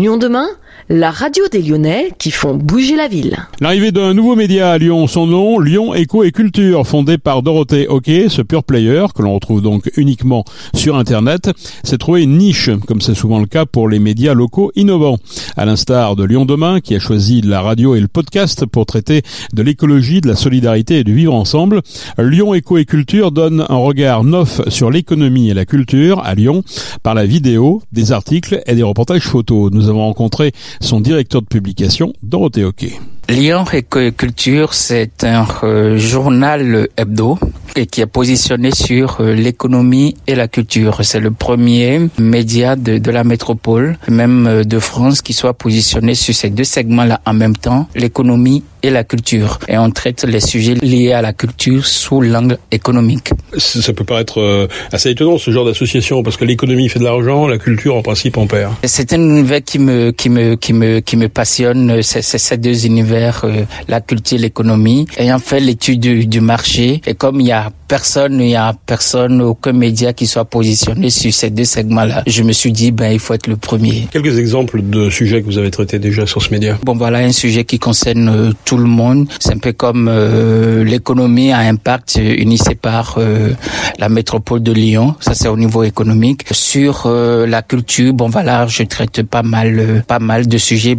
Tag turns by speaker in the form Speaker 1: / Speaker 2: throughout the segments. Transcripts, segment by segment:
Speaker 1: Lyon demain, la radio des Lyonnais qui font bouger la ville.
Speaker 2: L'arrivée d'un nouveau média à Lyon, son nom, Lyon Éco et Culture, fondé par Dorothée Hockey, ce pure player, que l'on retrouve donc uniquement sur Internet, s'est trouvé une niche, comme c'est souvent le cas pour les médias locaux innovants. À l'instar de Lyon demain, qui a choisi la radio et le podcast pour traiter de l'écologie, de la solidarité et du vivre ensemble, Lyon Éco et Culture donne un regard neuf sur l'économie et la culture à Lyon par la vidéo, des articles et des reportages photos. Nous avons rencontré son directeur de publication, Dorothée Hockey.
Speaker 3: Lyon Éco et Culture, c'est un journal hebdo et qui est positionné sur l'économie et la culture. C'est le premier média de la métropole, même de France, qui soit positionné sur ces deux segments-là en même temps, l'économie et la culture. Et on traite les sujets liés à la culture sous l'angle économique.
Speaker 2: Ça peut paraître assez étonnant, ce genre d'association, parce que l'économie fait de l'argent, la culture, en principe, en perd.
Speaker 3: C'est un univers qui me passionne, ces deux univers, la culture et l'économie. Ayant fait l'étude du marché, et comme il y a personne, aucun média qui soit positionné sur ces deux segments-là, je me suis dit, il faut être le premier.
Speaker 2: Quelques exemples de sujets que vous avez traités déjà sur ce média.
Speaker 3: Voilà un sujet qui concerne tout le monde. C'est un peu comme l'économie à impact initié par la métropole de Lyon. Ça, c'est au niveau économique. Sur la culture, je traite pas mal de sujets.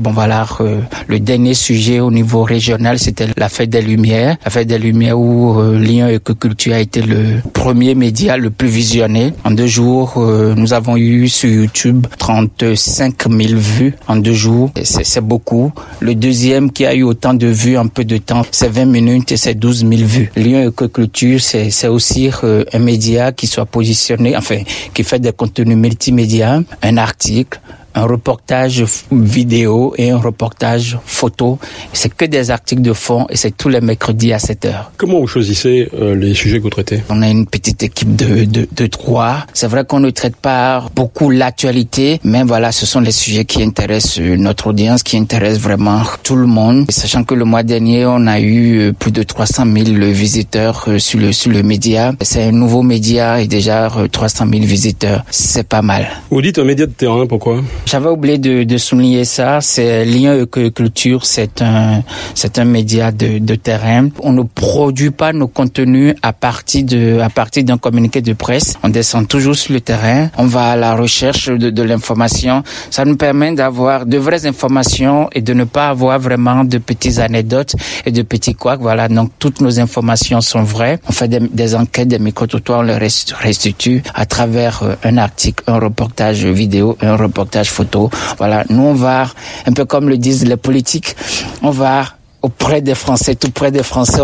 Speaker 3: Le dernier sujet au niveau régional, c'était la Fête des Lumières. La Fête des Lumières où Lyon Éco Culture a été le premier média le plus visionné. En 2 jours, nous avons eu sur YouTube 35 000 vues en 2 jours. C'est beaucoup. Le deuxième qui a eu autant de vues en peu de temps, c'est 20 minutes et c'est 12 000 vues. Lyon Éco Culture, c'est aussi un média qui soit positionné, qui fait des contenus multimédia, un article, un reportage vidéo et un reportage photo. C'est que des articles de fond et c'est tous les mercredis à 7h.
Speaker 2: Comment vous choisissez les sujets que vous traitez?
Speaker 3: On a une petite équipe de 3. C'est vrai qu'on ne traite pas beaucoup l'actualité, mais ce sont les sujets qui intéressent notre audience, qui intéressent vraiment tout le monde. Et sachant que le mois dernier, on a eu plus de 300 000 visiteurs sur le média. C'est un nouveau média et déjà 300 000 visiteurs. C'est pas mal.
Speaker 2: Vous dites un média de terrain, pourquoi?
Speaker 3: J'avais oublié de souligner ça. C'est Lyon Éco et Culture, c'est un média de terrain. On ne produit pas nos contenus à partir d'un communiqué de presse. On descend toujours sur le terrain. On va à la recherche de l'information. Ça nous permet d'avoir de vraies informations et de ne pas avoir vraiment de petites anecdotes et de petits couacs. Donc toutes nos informations sont vraies. On fait des enquêtes, des micro-trottoirs, on les restitue à travers un article, un reportage vidéo, un reportage photo. Nous on va, un peu comme le disent les politiques, on va auprès des Français, tout près des Français,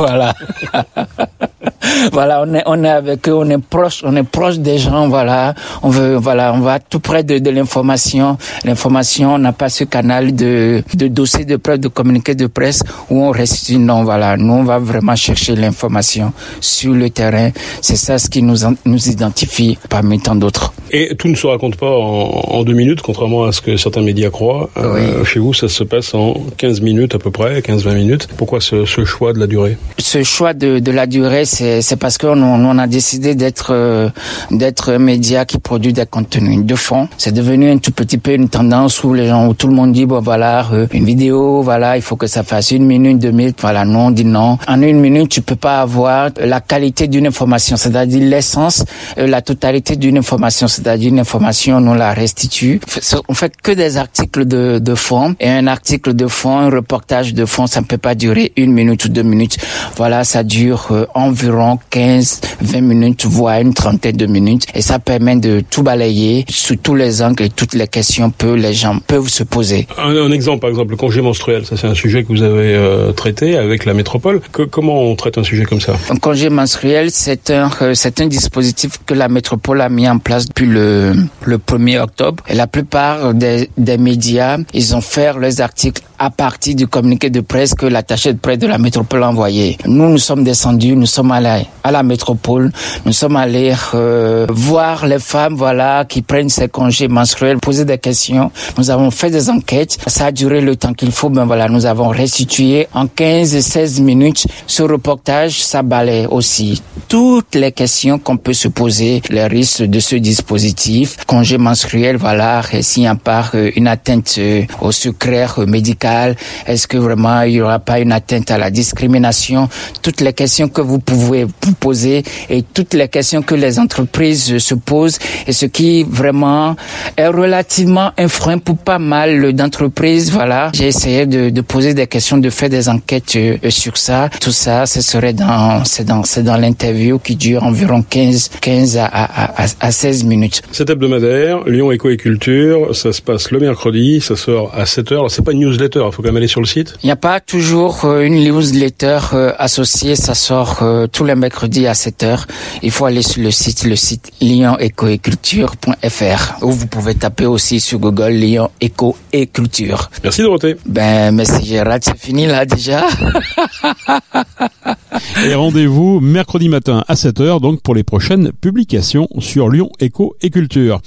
Speaker 3: on est avec eux, on est proche des gens, on va tout près de l'information. L'information, on n'a pas ce canal de dossier de presse, de communiqué de presse où on restitue, nous on va vraiment chercher l'information sur le terrain. C'est ça ce qui nous identifie parmi tant d'autres.
Speaker 2: Et tout ne se raconte pas en 2 minutes, contrairement à ce que certains médias croient. Oui. Chez vous, ça se passe en 15 minutes à peu près, 15-20 minutes. Pourquoi ce choix de la durée? Ce choix de la durée, c'est parce qu'on a décidé d'être un média qui produit des contenus de fond. C'est devenu un tout petit peu une tendance où tout le monde dit, une vidéo, il faut que ça fasse 1 minute, 2 minutes. Nous, on dit non. En 1 minute, tu peux pas avoir la qualité d'une information, c'est-à-dire l'essence, la totalité d'une information, c'est-à-dire une information, on la restitue. On fait que des articles de fond, et un article de fond, un reportage de fond, ça ne peut pas durer 1 minute ou 2 minutes. Ça dure environ 15-20 minutes, voire une trentaine de minutes, et ça permet de tout balayer sous tous les angles et toutes les questions que les gens peuvent se poser. Un exemple, par exemple, le congé menstruel, ça c'est un sujet que vous avez traité avec la métropole. Comment on traite un sujet comme ça?
Speaker 3: Un congé menstruel, c'est un dispositif que la métropole a mis en place depuis le 1er octobre, et la plupart des médias, ils ont fait leurs articles à partir du communiqué de presse que l'attaché de presse de la métropole a envoyé. Nous sommes descendus, nous sommes allés à la métropole, nous sommes allés voir les femmes, qui prennent ces congés menstruels, poser des questions. Nous avons fait des enquêtes. Ça a duré le temps qu'il faut. Nous avons restitué en 15-16 minutes. Ce reportage, ça balaie aussi toutes les questions qu'on peut se poser, les risques de ce dispositif. Congé menstruel, s'il y a pas une atteinte au secret médical, est-ce que vraiment il n'y aura pas une atteinte à la discrimination? Toutes les questions que vous pouvez vous poser et toutes les questions que les entreprises se posent et ce qui vraiment est relativement un frein pour pas mal d'entreprises. J'ai essayé de poser des questions, de faire des enquêtes sur ça. Tout ça, c'est dans l'interview qui dure environ 15 à 16 minutes.
Speaker 2: Cet hebdomadaire, Lyon Éco et Culture, ça se passe le mercredi, ça sort à 7h. Alors, c'est pas une newsletter, il faut quand même aller sur le site.
Speaker 3: Il n'y a pas toujours une newsletter associée, ça sort tous les mercredis à 7h. Il faut aller sur le site lyonecoeculture.fr où vous pouvez taper aussi sur Google Lyon Éco et Culture.
Speaker 2: Merci Dorothée.
Speaker 3: Merci Gérard, c'est fini là déjà.
Speaker 4: Et rendez-vous mercredi matin à 7h donc pour les prochaines publications sur Lyon Éco et Culture.